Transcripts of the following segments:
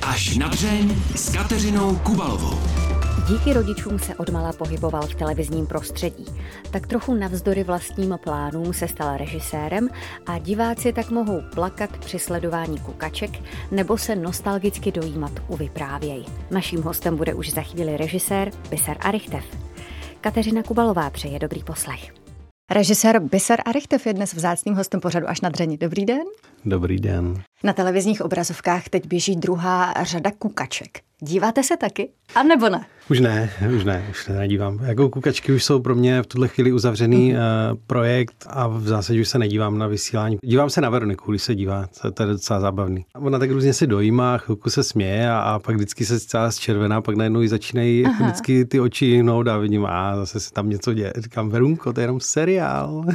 Až na dřeň s Kateřinou Kubalovou. Díky rodičům se odmala pohyboval v televizním prostředí. Tak trochu navzdory vlastním plánům se stal režisérem a diváci tak mohou plakat při sledování kukaček nebo se nostalgicky dojímat u Vyprávěj. Naším hostem bude už za chvíli režisér Biser Arijtev. Kateřina Kubalová přeje dobrý poslech. Režisér Biser Arijtev je dnes vzácným hostem pořadu Až na dřeni. Dobrý den. Dobrý den. Na televizních obrazovkách teď běží druhá řada kukaček. Díváte se taky? A nebo ne? Už se nedívám. Jako kukačky už jsou pro mě v tuhle chvíli uzavřený projekt a v zásadě už se nedívám na vysílání. Dívám se na Veroniku, když se dívá, to je docela zábavný. Ona tak různě se dojímá, chvilku se směje a pak vždycky se celá zčervená, pak najednou jí začínají jako vždycky ty oči jihnout a vidím, zase se tam něco děje. Říkám, Verunko, to je jenom seriál,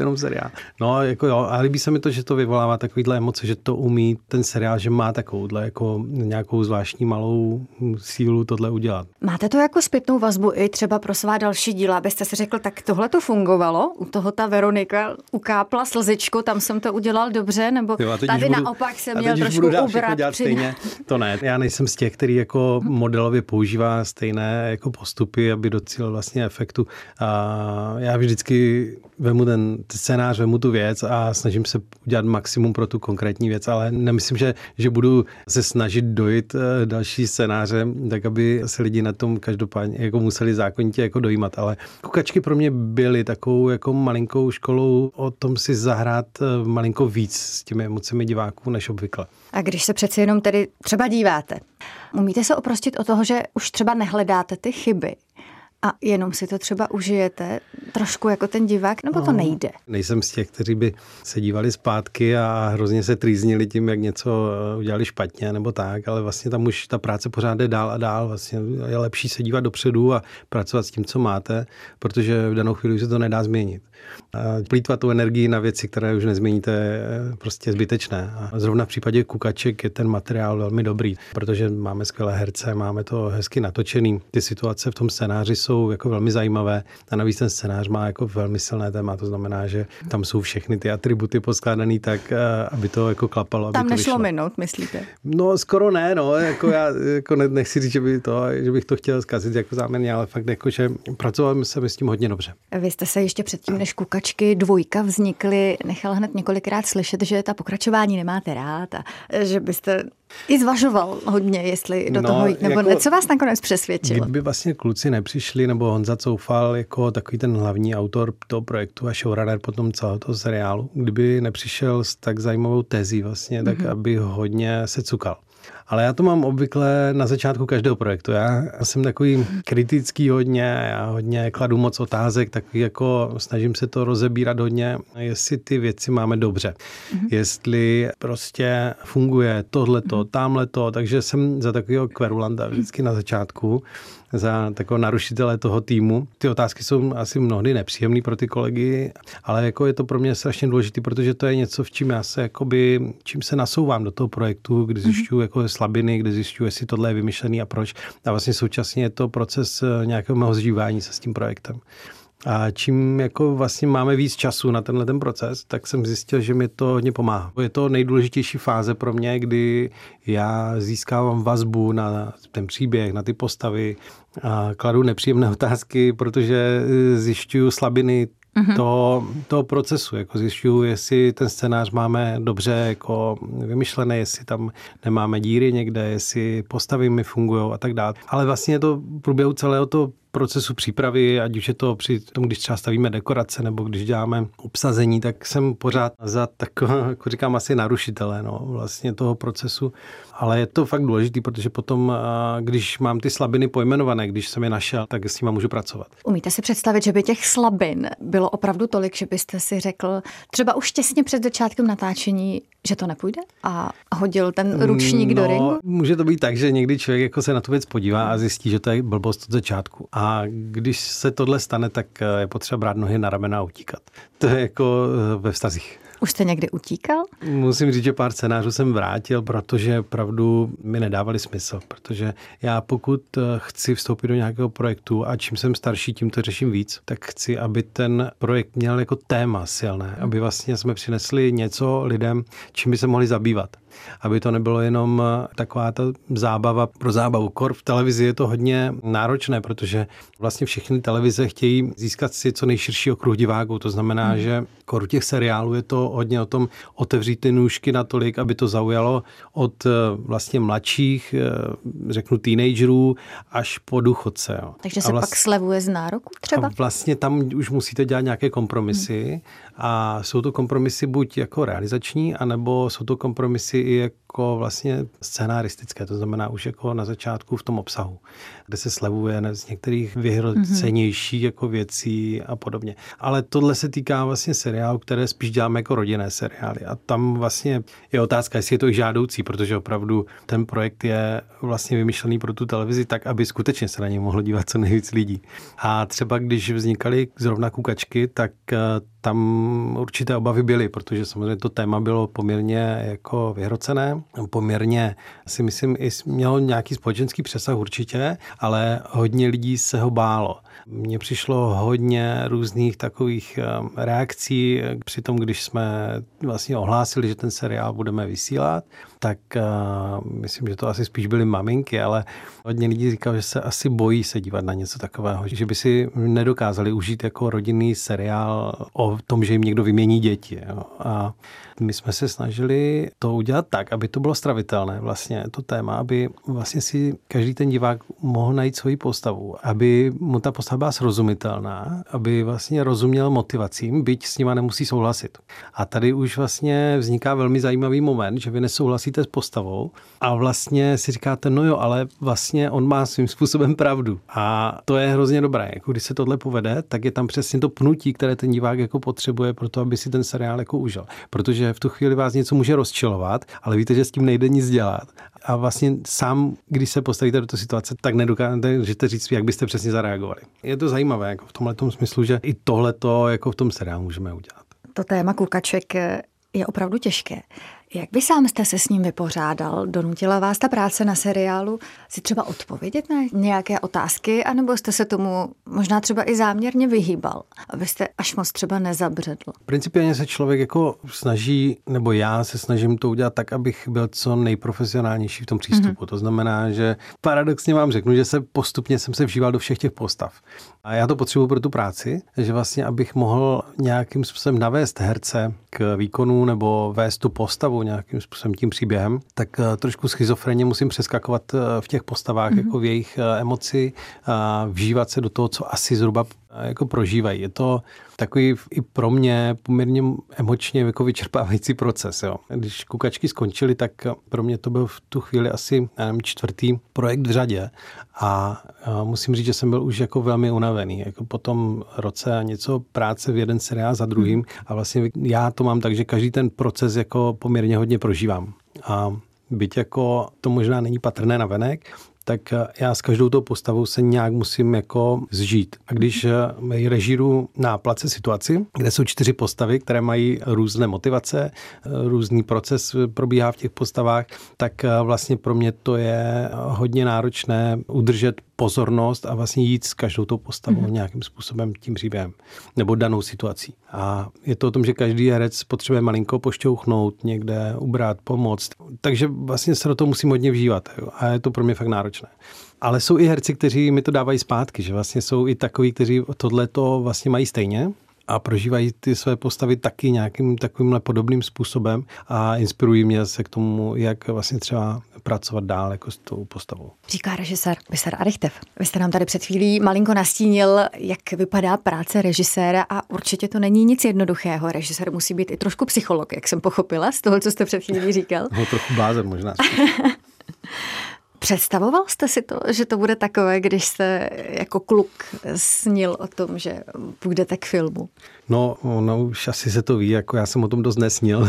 No, jako jo, a líbí se mi to, že to vyvolává takovýhle emoce, že to umí ten seriál, že má takovouhle jako nějakou zvláštní malou sílu tohle udělat. Máte to jako zpětnou vazbu i třeba pro svá další díla, abyste si řekl, tak tohle to fungovalo, u toho ta Veronika ukápla slzičku, tam jsem to udělal dobře, nebo jo, tady naopak jsem měl trošku ubrat. Stejně. To ne, já nejsem z těch, který jako modelově používá stejné jako postupy, aby docílil vlastně efektu. A já vždycky vemu ten scénář, vemu tu věc a snažím se udělat maximum pro tu konkrétní věc, ale nemyslím, že budu se snažit dojít další scénáře, tak aby se lidi na tom každopádně jako museli zákonitě jako dojímat, ale kukačky pro mě byly takovou jako malinkou školou o tom si zahrát malinko víc s těmi emocemi diváků než obvykle. A když se přeci jenom tedy třeba díváte, umíte se oprostit od toho, že už třeba nehledáte ty chyby a jenom si to třeba užijete trošku jako ten divák, nebo to nejde? Nejsem z těch, kteří by se dívali zpátky a hrozně se trýznili tím, jak něco udělali špatně nebo tak, ale vlastně tam už ta práce pořád jde dál a dál. Vlastně je lepší se dívat dopředu a pracovat s tím, co máte, protože v danou chvíli se to nedá změnit. A plýtvat tu energii na věci, které už nezměníte, je prostě zbytečné. A zrovna v případě kukaček je ten materiál velmi dobrý, protože máme skvělé herce, máme to hezky natočený. Ty situace v tom scénáři jsou jako velmi zajímavé a navíc ten scénář má jako velmi silné téma, to znamená, že tam jsou všechny ty atributy poskládané tak, aby to jako klapalo. Tam nešlo minout, myslíte? No skoro ne, jako já jako nechci říct, že bych to chtěl zkazit jako záměrně, ale fakt jako, že pracoval jsem s tím hodně dobře. Vy jste se ještě předtím, než Kukačky 2 vznikly, nechal hned několikrát slyšet, že ta pokračování nemáte rád a že byste i zvažoval hodně, jestli do toho jít, nebo jako, co vás nakonec přesvědčilo? Kdyby vlastně kluci nepřišli, nebo Honza Coufal jako takový ten hlavní autor toho projektu a showrunner potom celého toho seriálu, kdyby nepřišel s tak zajímavou tezí vlastně, tak aby hodně se cukal. Ale já to mám obvykle na začátku každého projektu. Já jsem takový kritický hodně, já hodně kladu moc otázek, tak jako snažím se to rozebírat hodně, jestli ty věci máme dobře. Jestli prostě funguje tohleto, támhleto, takže jsem za takového kverulanta vždycky na začátku, za takového narušitele toho týmu. Ty otázky jsou asi mnohdy nepříjemné pro ty kolegy, ale jako je to pro mě strašně důležité, protože to je něco, v čím já se čím se nasouvám do toho projektu, kdy zjišťuju jako slabiny, kdy zjišťuju, jestli tohle je vymyšlený a proč. A vlastně současně je to proces nějakého mého zžívání se s tím projektem. A čím jako vlastně máme víc času na tenhle ten proces, tak jsem zjistil, že mi to hodně pomáhá. Je to nejdůležitější fáze pro mě, kdy já získávám vazbu na ten příběh, na ty postavy a kladu nepříjemné otázky, protože zjišťuju slabiny toho procesu. Jako zjišťuju, jestli ten scénář máme dobře jako vymyšlený, jestli tam nemáme díry někde, jestli postavy mi fungují a tak dále. Ale vlastně je to v průběhu celého toho procesu přípravy, ať už je to při tom, když třeba stavíme dekorace nebo když děláme obsazení, tak jsem pořád za takové, jako říkám, asi narušitele vlastně toho procesu. Ale je to fakt důležitý, protože potom, když mám ty slabiny pojmenované, když jsem je našel, tak s nimi můžu pracovat. Umíte si představit, že by těch slabin bylo opravdu tolik, že byste si řekl třeba už těsně před začátkem natáčení, že to nepůjde a hodil ten ručník do ringu? Může to být tak, že někdy člověk jako se na tu věc podívá a zjistí, že to je blbost od začátku. A když se tohle stane, tak je potřeba brát nohy na ramena a utíkat. To je jako ve vztazích. Už jste někdy utíkal? Musím říct, že pár scénářů jsem vrátil, protože opravdu mi nedávali smysl. Protože já pokud chci vstoupit do nějakého projektu a čím jsem starší, tím to řeším víc, tak chci, aby ten projekt měl jako téma silné. Aby vlastně jsme přinesli něco lidem, čím by se mohli zabývat. aby to nebylo jenom taková ta zábava pro zábavu. Kor v televizi je to hodně náročné, protože vlastně všechny televize chtějí získat si co nejširší okruh diváků. To znamená, že kor těch seriálů je to hodně o tom otevřít ty nůžky natolik, aby to zaujalo od vlastně mladších, řeknu teenagerů, až po důchodce. Jo. Takže se pak slevuje z nároku třeba? A vlastně tam už musíte dělat nějaké kompromisy a jsou to kompromisy buď jako realizační, anebo jsou to kompromisy i jako vlastně scénaristické, to znamená už jako na začátku v tom obsahu, kde se slevuje z některých vyhrocenějších jako věcí a podobně. Ale tohle se týká vlastně seriálů, které spíš děláme jako rodinné seriály a tam vlastně je otázka, jestli je to i žádoucí, protože opravdu ten projekt je vlastně vymyšlený pro tu televizi tak, aby skutečně se na něj mohlo dívat co nejvíc lidí. A třeba když vznikaly zrovna Kukačky, tak tam určité obavy byly, protože samozřejmě to téma bylo poměrně jako vyhrocené, poměrně si myslím i mělo nějaký společenský přesah určitě, ale hodně lidí se ho bálo. Mně přišlo hodně různých takových reakcí při tom, když jsme vlastně ohlásili, že ten seriál budeme vysílat, tak myslím, že to asi spíš byly maminky, ale hodně lidí říkalo, že se asi bojí se dívat na něco takového, že by si nedokázali užít jako rodinný seriál o tom, že jim někdo vymění děti. Jo. A my jsme se snažili to udělat tak, aby to bylo stravitelné vlastně to téma, aby vlastně si každý ten divák mohl najít svoji postavu, aby mu ta postava byla srozumitelná, aby vlastně rozuměl motivacím, byť s nima nemusí souhlasit. A tady už vlastně vzniká velmi zajímavý moment, že vy nesouhlasíte s postavou a vlastně si říkáte, no jo, ale vlastně on má svým způsobem pravdu. A to je hrozně dobré. Jako když se tohle povede, tak je tam přesně to pnutí, které ten divák jako potřebuje pro to, aby si ten seriál jako užil. Protože v tu chvíli vás něco může rozčilovat, ale víte, že s tím nejde nic dělat. A vlastně sám, když se postavíte do té situace, tak nedokážete říct, jak byste přesně zareagovali. Je to zajímavé jako v tomhletom smyslu, že i tohleto jako v tom seriálu můžeme udělat. To téma Kukaček je opravdu těžké. Jak vy sám jste se s ním vypořádal? Donutila vás ta práce na seriálu si třeba odpovědět na nějaké otázky, anebo jste se tomu možná třeba i záměrně vyhýbal, abyste až moc třeba nezabředl? Principiálně se člověk jako snaží, nebo já se snažím to udělat tak, abych byl co nejprofesionálnější v tom přístupu. To znamená, že paradoxně vám řeknu, že postupně jsem se vžíval do všech těch postav. A já to potřebuji pro tu práci, že vlastně, abych mohl nějakým způsobem navést herce k výkonu nebo vést tu postavu nějakým způsobem tím příběhem, tak trošku schizofrenně musím přeskakovat v těch postavách, jako v jejich emoci, vžívat se do toho, co asi zhruba jako prožívají. Je to takový i pro mě poměrně emočně jako vyčerpávající proces. Jo. Když Kukačky skončily, tak pro mě to byl v tu chvíli asi 4. projekt v řadě a musím říct, že jsem byl už jako velmi unavený. Jako po tom roce a něco práce v jeden seriál za druhým a vlastně já to mám tak, že každý ten proces jako poměrně hodně prožívám. A byť jako to možná není patrné navenek, tak já s každou tou postavou se nějak musím jako zžít. A když režíru na place situaci, kde jsou 4 postavy, které mají různé motivace, různý proces probíhá v těch postavách, tak vlastně pro mě to je hodně náročné udržet pozornost a vlastně jít s každou tou postavou nějakým způsobem tím příběhem nebo danou situací. A je to o tom, že každý herec potřebuje malinko pošťouchnout, někde ubrat, pomoct. Takže vlastně se do toho musím hodně vžívat. Jo? A je to pro mě fakt náročné. Ale jsou i herci, kteří mi to dávají zpátky, že vlastně jsou i takoví, kteří tohleto vlastně mají stejně a prožívají ty své postavy taky nějakým takovýmhle podobným způsobem a inspirují mě se k tomu, jak vlastně třeba pracovat dál jako s tou postavou. Říká režisér Biser Arijtev. Vy jste nám tady před chvílí malinko nastínil, jak vypadá práce režiséra a určitě to není nic jednoduchého. Režisér musí být i trošku psycholog, jak jsem pochopila z toho, co jste před chvílí říkal. No, trochu blázen možná. Představoval jste si to, že to bude takové, když jste jako kluk snil o tom, že půjdete k filmu? No už asi se to ví, jako já jsem o tom dost nesnil.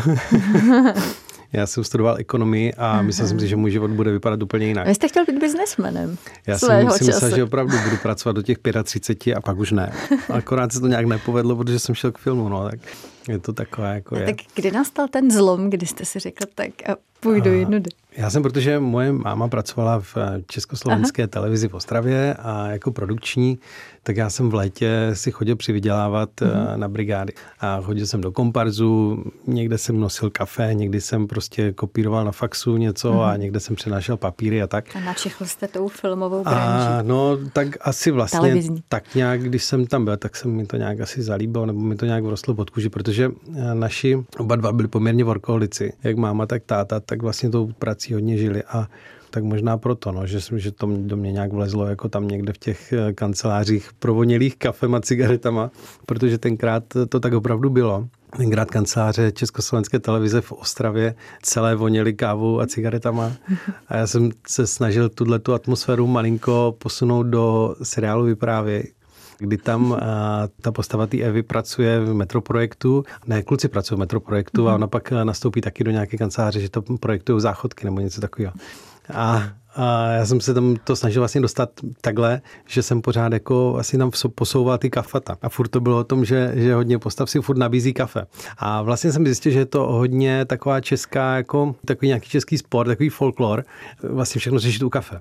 Já jsem studoval ekonomii a myslel jsem si, že můj život bude vypadat úplně jinak. Vy jste chtěl být biznesmenem. Já jsem si myslel, že opravdu budu pracovat do těch 35 a pak už ne. Akorát se to nějak nepovedlo, protože jsem šel k filmu, no tak je to takové jako je. Tak kdy nastal ten zlom, kdy jste si řekl, tak a půjdu jinudy? Já jsem, protože moje máma pracovala v československé televizi v Ostravě a jako produkční, tak já jsem v létě si chodil přivydělávat na brigády. A chodil jsem do komparzu, někde jsem nosil kafe, někdy jsem prostě kopíroval na faxu něco a někde jsem přenášel papíry a tak. A načichl jste tou filmovou branží. No, tak asi vlastně televizní. Tak nějak, když jsem tam byl, tak se mi to nějak asi zalíbilo, nebo mi to nějak vrostlo pod kůži, protože naši oba dva byli poměrně workoholici, jak máma, tak táta, tak vlastně tou prací hodně žili a tak možná proto, no, že to do mě nějak vlezlo jako tam někde v těch kancelářích provonělých kafem a cigaretama, protože tenkrát to tak opravdu bylo. Tenkrát kanceláře Československé televize v Ostravě celé voněly kávou a cigaretama a já jsem se snažil tu atmosféru malinko posunout do seriálu Vyprávěj, kdy tam ta postava té Evy pracuje v metroprojektu. Ne, kluci pracují v metroprojektu a ona pak nastoupí taky do nějaké kanceláře, že to projektují záchodky nebo něco takového. A já jsem se tam to snažil vlastně dostat takhle, že jsem pořád jako asi tam posouval ty kafata. A furt to bylo o tom, že hodně postav si furt nabízí kafe. A vlastně jsem zjistil, že je to hodně taková česká, jako takový nějaký český sport, takový folklor, vlastně všechno řešit u kafe.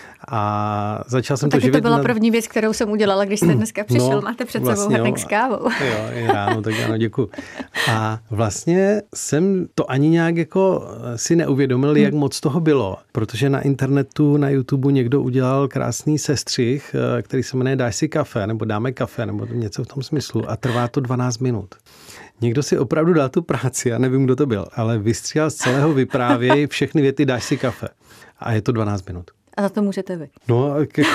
A začal jsem to živit. To byla první věc, kterou jsem udělala, když jste dneska přišel. Máte před sebou hrnek s kávou. Jo, i ráno, tak ano, děkuju. A vlastně jsem to ani nějak jako si neuvědomil, jak moc toho bylo. Protože na internetu, na YouTube někdo udělal krásný sestřih, který se jmenuje Dáš si kafe, nebo dáme kafe, nebo něco v tom smyslu. A trvá to 12 minut. Někdo si opravdu dal tu práci, já nevím, kdo to byl, ale vystříhal z celého Vyprávěj všechny věty Dáš si kafe. A je to 12 minut. A za to můžete vy. No,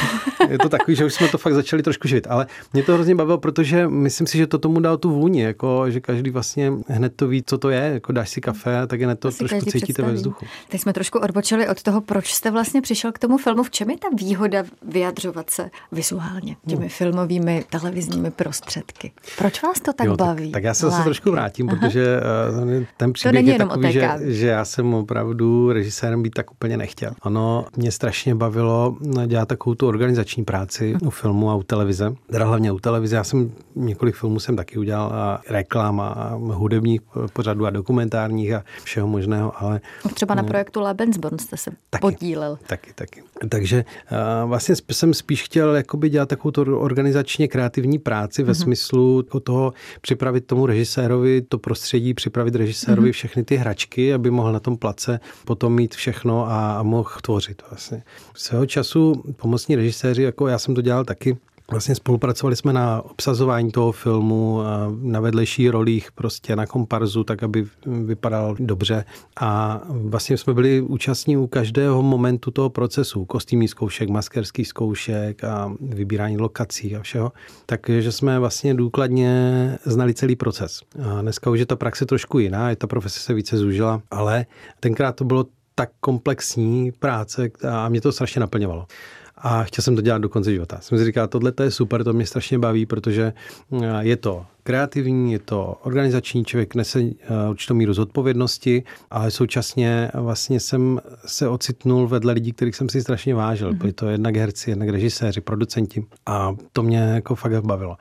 je to takový, že už jsme to fakt začali trošku živit, ale mě to hrozně bavilo, protože myslím si, že to tomu dal tu vůni, jako, že každý vlastně hned to ví, co to je, jako dáš si kafe, tak hned to trošku cítíte představí. Ve vzduchu. Teď jsme trošku odbočili od toho, proč jste vlastně přišel k tomu filmu. V čem je ta výhoda vyjadřovat se vizuálně těmi filmovými televizními prostředky? Proč vás to tak baví? Tak já se zase trošku vrátím, protože ten příběh je takový, že já jsem opravdu režisérem být tak úplně nechtěl. Ono mě strašně bavilo dělat takovou tu organizační práci u filmu a u televize. Teda hlavně u televize. Já jsem několik filmů jsem taky udělal a reklam a hudebních pořadů a dokumentárních a všeho možného, ale... Třeba na projektu Lebensborn jste se podílel. Taky. Takže vlastně jsem spíš chtěl jakoby dělat takovou tu organizačně kreativní práci ve smyslu toho připravit tomu režisérovi to prostředí, připravit režisérovi všechny ty hračky, aby mohl na tom place potom mít všechno a mohl tvořit vlastně. Svého času pomocní režiséři, jako já jsem to dělal taky, vlastně spolupracovali jsme na obsazování toho filmu, na vedlejších rolích, prostě na komparzu, tak aby vypadal dobře. A vlastně jsme byli účastní u každého momentu toho procesu, kostýmních zkoušek, maskerských zkoušek a vybírání lokací a všeho. Takže jsme vlastně důkladně znali celý proces. A dneska už je ta praxe trošku jiná, ta profese se více zúžila, ale tenkrát to bylo tak komplexní práce a mě to strašně naplňovalo. A chtěl jsem to dělat do konce života. Jsem si říkal, tohle to je super, to mě strašně baví, protože je to kreativní, je to organizační, člověk nese určitou míru zodpovědnosti, ale současně vlastně jsem se ocitnul vedle lidí, kterých jsem si strašně vážil. Byli to jednak herci, jednak režiséři, producenti a to mě jako fakt bavilo.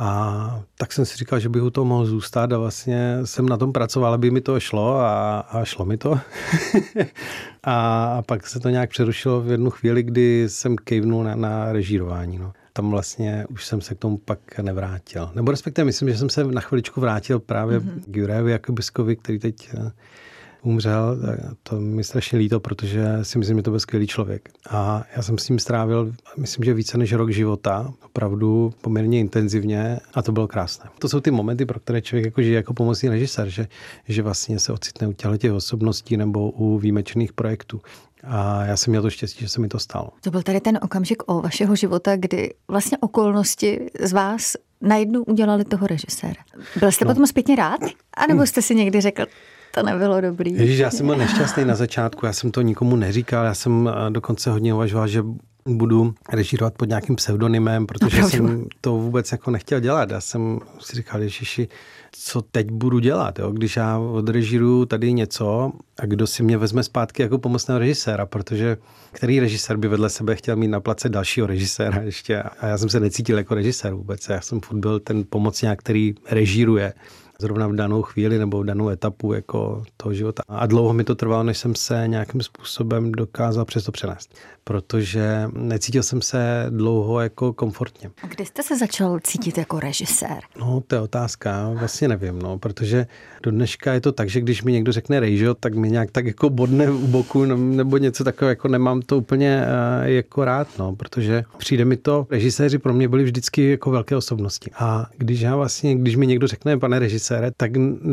A tak jsem si říkal, že bych u toho mohl zůstat a vlastně jsem na tom pracoval, aby mi to šlo a šlo mi to. A pak se to nějak přerušilo v jednu chvíli, kdy jsem kejvnul na režírování. No. Tam vlastně už jsem se k tomu pak nevrátil. Nebo respektive myslím, že jsem se na chviličku vrátil právě k Jurajovi Jakubiskovi, který teď umřel. To mi strašně líto, protože si myslím, že to byl skvělý člověk. A já jsem s ním strávil, myslím, že více než rok života, opravdu poměrně intenzivně a to bylo krásné. To jsou ty momenty, pro které člověk jako žije jako pomocný režisér, že vlastně se ocitne u těch osobností nebo u výjimečných projektů. A já jsem měl to štěstí, že se mi to stalo. To byl tady ten okamžik vašeho života, kdy vlastně okolnosti z vás najednou udělali toho režiséra. Byl jste potom zpětně rád? A nebo jste si někdy řekl, to nebylo dobrý? Ježíš, já jsem byl nešťastný na začátku, já jsem to nikomu neříkal, já jsem dokonce hodně uvažoval, že budu režírovat pod nějakým pseudonymem, protože jsem to vůbec jako nechtěl dělat. Já jsem si říkal, ježiši, co teď budu dělat, jo? Když já odrežíruju tady něco a kdo si mě vezme zpátky jako pomocného režiséra, protože který režisér by vedle sebe chtěl mít na place dalšího režiséra ještě a já jsem se necítil jako režisér vůbec. Já jsem furt byl ten pomocník, který režíruje. zrovna v danou chvíli nebo v danou etapu jako toho života. A dlouho mi to trvalo, než jsem se nějakým způsobem dokázal přes to přenést, protože necítil jsem se dlouho jako komfortně. A kdy jste se začal cítit jako režisér? No, to je otázka, vlastně nevím, protože do dneška je to tak, že když mi někdo řekne rejžo, tak mi nějak tak jako bodne u boku nebo něco takového, jako nemám to úplně jako rád, protože přijde mi to, režiséři pro mě byli vždycky jako velké osobnosti. A když mi někdo řekne pane režisére, tak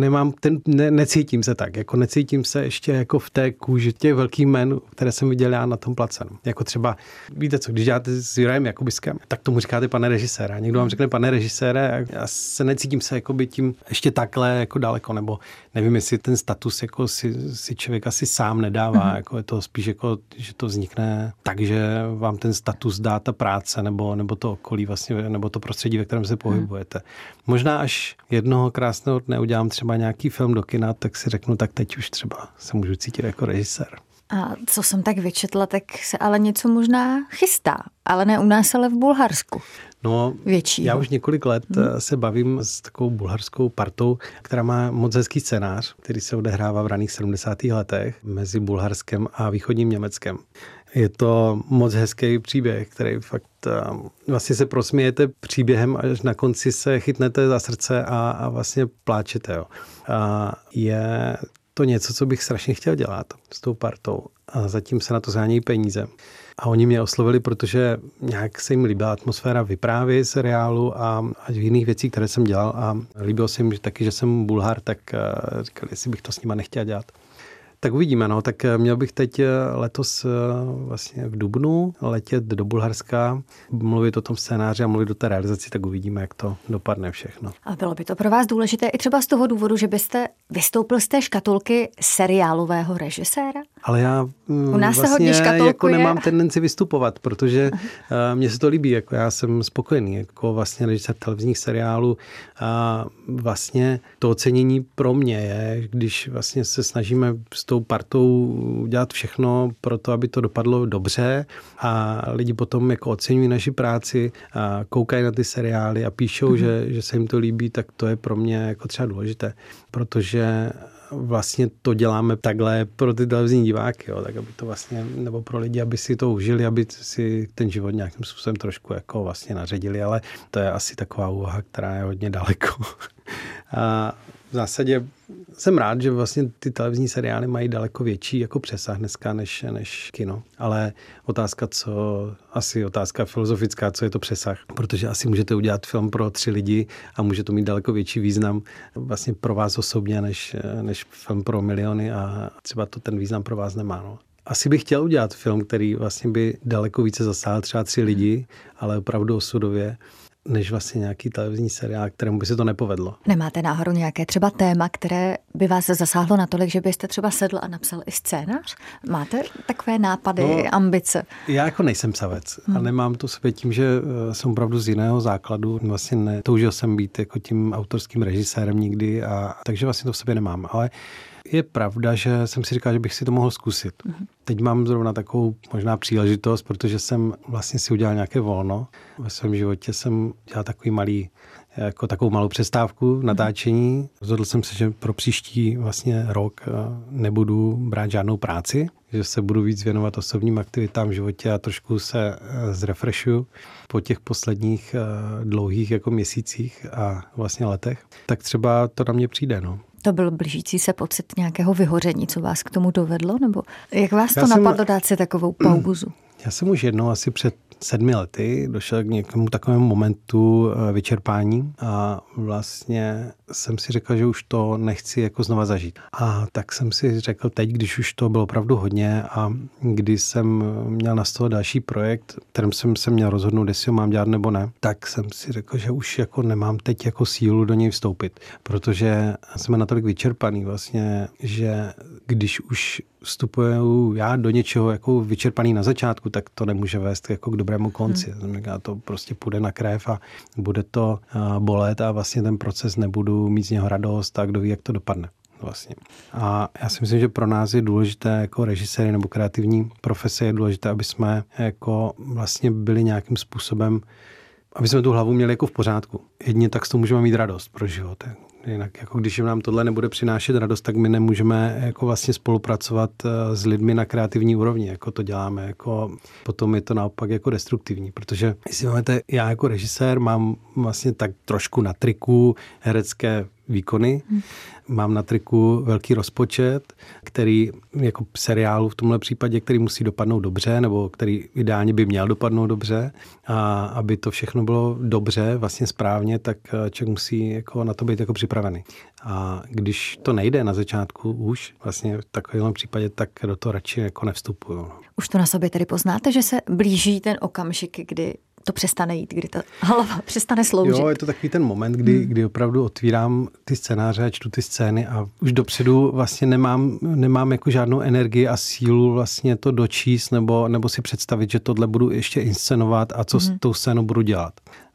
necítím se tak, jako necítím se ještě jako v té kůži těch velkých jmen, které jsem viděl já na tom placenu. Jako třeba, víte co, když děláte s Jurajem Jakubiskem, tak tomu říkáte pane režisére. A někdo vám řekne pane režisére a já se necítím se jako by tím ještě takhle jako daleko, nebo nevím, jestli ten status jako si člověk asi sám nedává, jako je to spíš jako, že to vznikne tak, že vám ten status dá ta práce nebo to okolí vlastně, nebo to prostředí, ve kterém se pohybujete. Možná až jednoho krásného dne udělám třeba nějaký film do kina, tak si řeknu, tak teď už třeba se můžu cítit jako režisér. A co jsem tak vyčetla, tak se ale něco možná chystá, ale ne u nás, ale v Bulharsku. No, většího. Já už několik let se bavím s takovou bulharskou partou, která má moc hezký scénář, který se odehrává v raných 70. letech mezi Bulharskem a východním Německem. Je to moc hezký příběh, který fakt vlastně se prosmějete příběhem, až na konci se chytnete za srdce a vlastně pláčete. Jo. A je to něco, co bych strašně chtěl dělat s tou partou. A zatím se na to zhánějí peníze. A oni mě oslovili, protože nějak se jim líbila atmosféra vyprávět seriálu a v jiných věcí, které jsem dělal. A líbilo se jim taky, že jsem Bulhar, tak říkali, jestli bych to s nima nechtěl dělat. Tak uvidíme, tak měl bych teď letos vlastně v dubnu letět do Bulharska, mluvit o tom scénáři a mluvit o té realizaci, tak uvidíme, jak to dopadne všechno. A bylo by to pro vás důležité i třeba z toho důvodu, že byste vystoupil z té škatulky seriálového režiséra? Ale já u nás vlastně se hodně škatulkuje. Jako nemám tendenci vystupovat, protože mně se to líbí, jako já jsem spokojený, jako vlastně režisér televizních seriálů a vlastně to ocenění pro mě je, když vlastně se snažíme s tou partou dělat všechno pro to, aby to dopadlo dobře a lidi potom jako oceňují naši práci a koukají na ty seriály a píšou, že se jim to líbí, tak to je pro mě jako třeba důležité, protože vlastně to děláme takhle pro ty televizní diváky, tak aby to vlastně, nebo pro lidi, aby si to užili, aby si ten život nějakým způsobem trošku jako vlastně naředili, ale to je asi taková úvaha, která je hodně daleko. A v zásadě jsem rád, že vlastně ty televizní seriály mají daleko větší jako přesah dneska než kino. Ale otázka filozofická, co je to přesah. Protože asi můžete udělat film pro 3 lidi a může to mít daleko větší význam vlastně pro vás osobně, než film pro miliony a třeba to ten význam pro vás nemá. Asi bych chtěl udělat film, který vlastně by daleko více zasáhl třeba 3 lidi, ale opravdu osudově, než vlastně nějaký televizní seriál, kterému by se to nepovedlo. Nemáte náhodou nějaké třeba téma, které by vás zasáhlo natolik, že byste třeba sedl a napsal i scénář? Máte takové nápady, ambice? Já jako nejsem psavec a nemám to sobě tím, že jsem opravdu z jiného základu. Vlastně netoužil jsem být jako tím autorským režisérem nikdy, takže vlastně to v sobě nemám. Ale je pravda, že jsem si říkal, že bych si to mohl zkusit. Teď mám zrovna takovou možná příležitost, protože jsem vlastně si udělal nějaké volno. Ve svém životě jsem dělal takovou malou přestávku v natáčení. Rozhodl jsem se, že pro příští vlastně rok nebudu brát žádnou práci, že se budu víc věnovat osobním aktivitám v životě a trošku se zrefreshuju po těch posledních dlouhých jako měsících a vlastně letech. Tak třeba to na mě přijde, To byl blížící se pocit nějakého vyhoření, co vás k tomu dovedlo? Nebo jak vás to napadlo dát si takovou pauzu? Já jsem už jednou asi před 7 lety došel k někomu takovému momentu vyčerpání a vlastně jsem si řekl, že už to nechci jako znova zažít. A tak jsem si řekl teď, když už to bylo opravdu hodně a když jsem měl na stole další projekt, kterým jsem se měl rozhodnout, jestli ho mám dělat nebo ne, tak jsem si řekl, že už jako nemám teď jako sílu do něj vstoupit, protože jsme natolik vyčerpaný vlastně, že když už vstupuju já do něčeho jako vyčerpaný na začátku, tak to nemůže vést jako k dobrému konci. To prostě půjde na krev a bude to bolet a vlastně ten proces nebudu mít z něho radost a kdo ví, jak to dopadne. Vlastně. A já si myslím, že pro nás je důležité jako režiséry nebo kreativní profese je důležité, aby jsme jako vlastně byli nějakým způsobem, aby jsme tu hlavu měli jako v pořádku. Jedině tak z toho můžeme mít radost pro život. Jinak jako když nám tohle nebude přinášet radost, tak my nemůžeme jako vlastně spolupracovat s lidmi na kreativní úrovni, jako to děláme. Jako potom je to naopak jako destruktivní, protože jestli máte, já jako režisér mám vlastně tak trošku na triku herecké výkony. Mám na triku velký rozpočet, který jako seriálu v tomhle případě, který musí dopadnout dobře, nebo který ideálně by měl dopadnout dobře. A aby to všechno bylo dobře, vlastně správně, tak člověk musí jako na to být jako připravený. A když to nejde na začátku už, vlastně v takovém případě, tak do toho radši jako nevstupuju. Už to na sobě tedy poznáte, že se blíží ten okamžik, kdy to přestane jít, kdy ta hlava přestane sloužit. Jo, je to takový ten moment, kdy opravdu otvírám ty scénáře a čtu ty scény a už dopředu vlastně nemám jako žádnou energii a sílu vlastně to dočíst nebo si představit, že tohle budu ještě inscenovat a co s tou scénou budu dělat.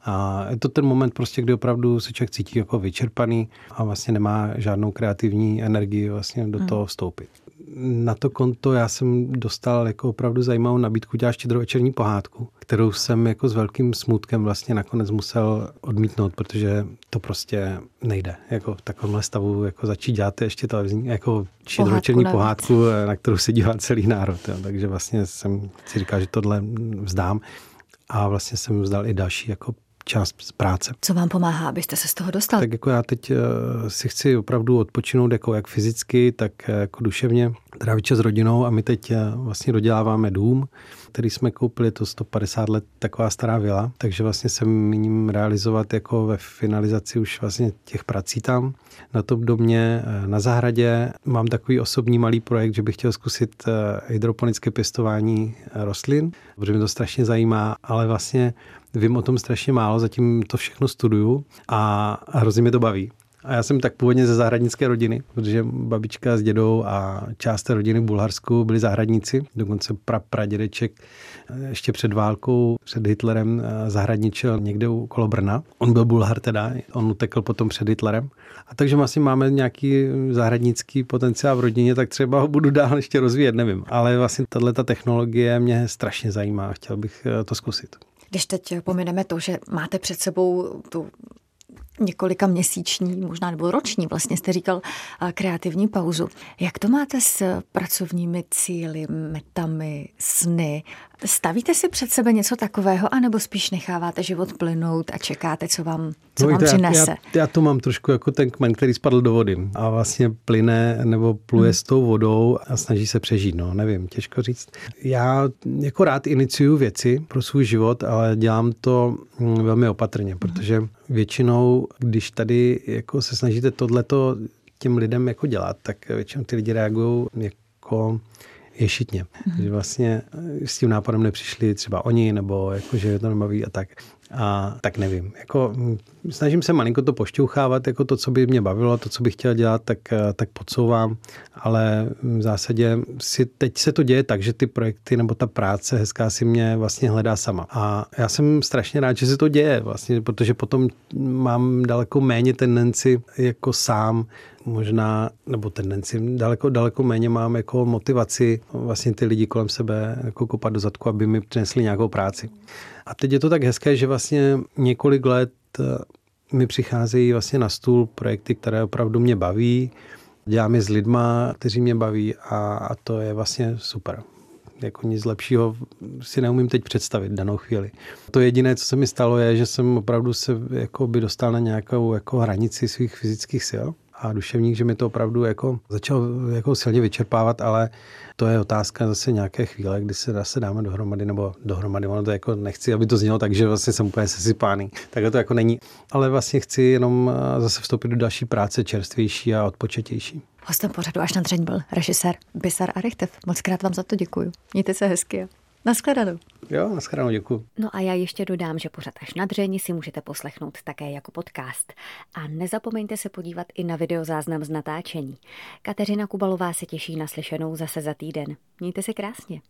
A je to ten moment prostě, kdy opravdu se člověk cítí jako vyčerpaný a vlastně nemá žádnou kreativní energii vlastně do toho vstoupit. Na to konto já jsem dostal jako opravdu zajímavou nabídku dělat štědrovečerní pohádku, kterou jsem jako s velkým smutkem vlastně nakonec musel odmítnout, protože to prostě nejde. Jako v takovémhle stavu jako začít dělat ještě televizní jako štědrovečerní pohádku, na kterou se dívá celý národ. Jo. Takže vlastně jsem si říkal, že tohle vzdám a vlastně jsem vzdal i další jako část z práce. Co vám pomáhá, abyste se z toho dostal? Tak jako já teď si chci opravdu odpočinout jako jak fyzicky, tak jako duševně, trávit čas s rodinou a my teď vlastně doděláváme dům, který jsme koupili, to 150 let, taková stará vila, takže vlastně se míním realizovat jako ve finalizaci už vlastně těch prací tam. Na tom domě, na zahradě mám takový osobní malý projekt, že bych chtěl zkusit hydroponické pěstování rostlin, protože mě to strašně zajímá, ale vlastně vím o tom strašně málo, zatím to všechno studuju a hrozně mě to baví. A já jsem tak původně ze zahradnické rodiny, protože babička s dědou a část té rodiny v Bulharsku byli zahradníci. Dokonce pradědeček ještě před válkou, před Hitlerem zahradničil někde okolo Brna. On byl Bulhar teda, on utekl potom před Hitlerem. A takže vlastně máme nějaký zahradnický potenciál v rodině, tak třeba ho budu dál ještě rozvíjet, nevím. Ale vlastně tato technologie mě strašně zajímá a chtěl bych to zkusit. Když teď pomineme to, že máte před sebou tu několika měsíční, možná nebo roční, vlastně jste říkal, kreativní pauzu. Jak to máte s pracovními cíli, metami, sny? Stavíte si před sebe něco takového, anebo spíš necháváte život plynout a čekáte, co vám přinese? Já to mám trošku jako ten kmen, který spadl do vody a vlastně plyne nebo pluje s tou vodou a snaží se přežít. No, nevím, těžko říct. Já jako rád iniciuju věci pro svůj život, ale dělám to velmi opatrně, protože většinou, když tady jako se snažíte tohleto těm lidem jako dělat, tak většinou ty lidi reagují jako ješitně. Že vlastně s tím nápadem nepřišli třeba oni, nebo jako, že je to nebaví a tak. A tak nevím. Jako, snažím se malinko to pošťouchávat, jako to, co by mě bavilo, to, co bych chtěl dělat, tak podsouvám, ale v zásadě teď se to děje tak, že ty projekty nebo ta práce hezká si mě vlastně hledá sama. A já jsem strašně rád, že se to děje vlastně, protože potom mám daleko méně tendenci jako sám možná, nebo tendenci, daleko méně mám jako motivaci vlastně ty lidi kolem sebe jako kopat do zadku, aby mi přinesli nějakou práci. A teď je to tak hezké, že vlastně několik let mi přicházejí vlastně na stůl projekty, které opravdu mě baví. Dělám je s lidma, kteří mě baví a to je vlastně super. Jako nic lepšího si neumím teď představit danou chvíli. To jediné, co se mi stalo, je, že jsem opravdu se jako by dostal na nějakou jako hranici svých fyzických sil a duševních, že mi to opravdu jako začalo jako silně vyčerpávat, ale to je otázka zase nějaké chvíle, kdy se zase dáme dohromady, ono to jako nechci, aby to znělo tak, že vlastně jsem úplně sesypáný. Tak to jako není. Ale vlastně chci jenom zase vstoupit do další práce, čerstvější a odpočetější. Hostem pořadu Až na dřeň byl režisér Bisar Arichtiv. Moc krát vám za to děkuju. Mějte se hezky. Nashledanou. Jo, nashledanou, děkuju. No a já ještě dodám, že pořad Až na dřeň si můžete poslechnout také jako podcast. A nezapomeňte se podívat i na videozáznam z natáčení. Kateřina Kubalová se těší na slyšenou zase za týden. Mějte se krásně.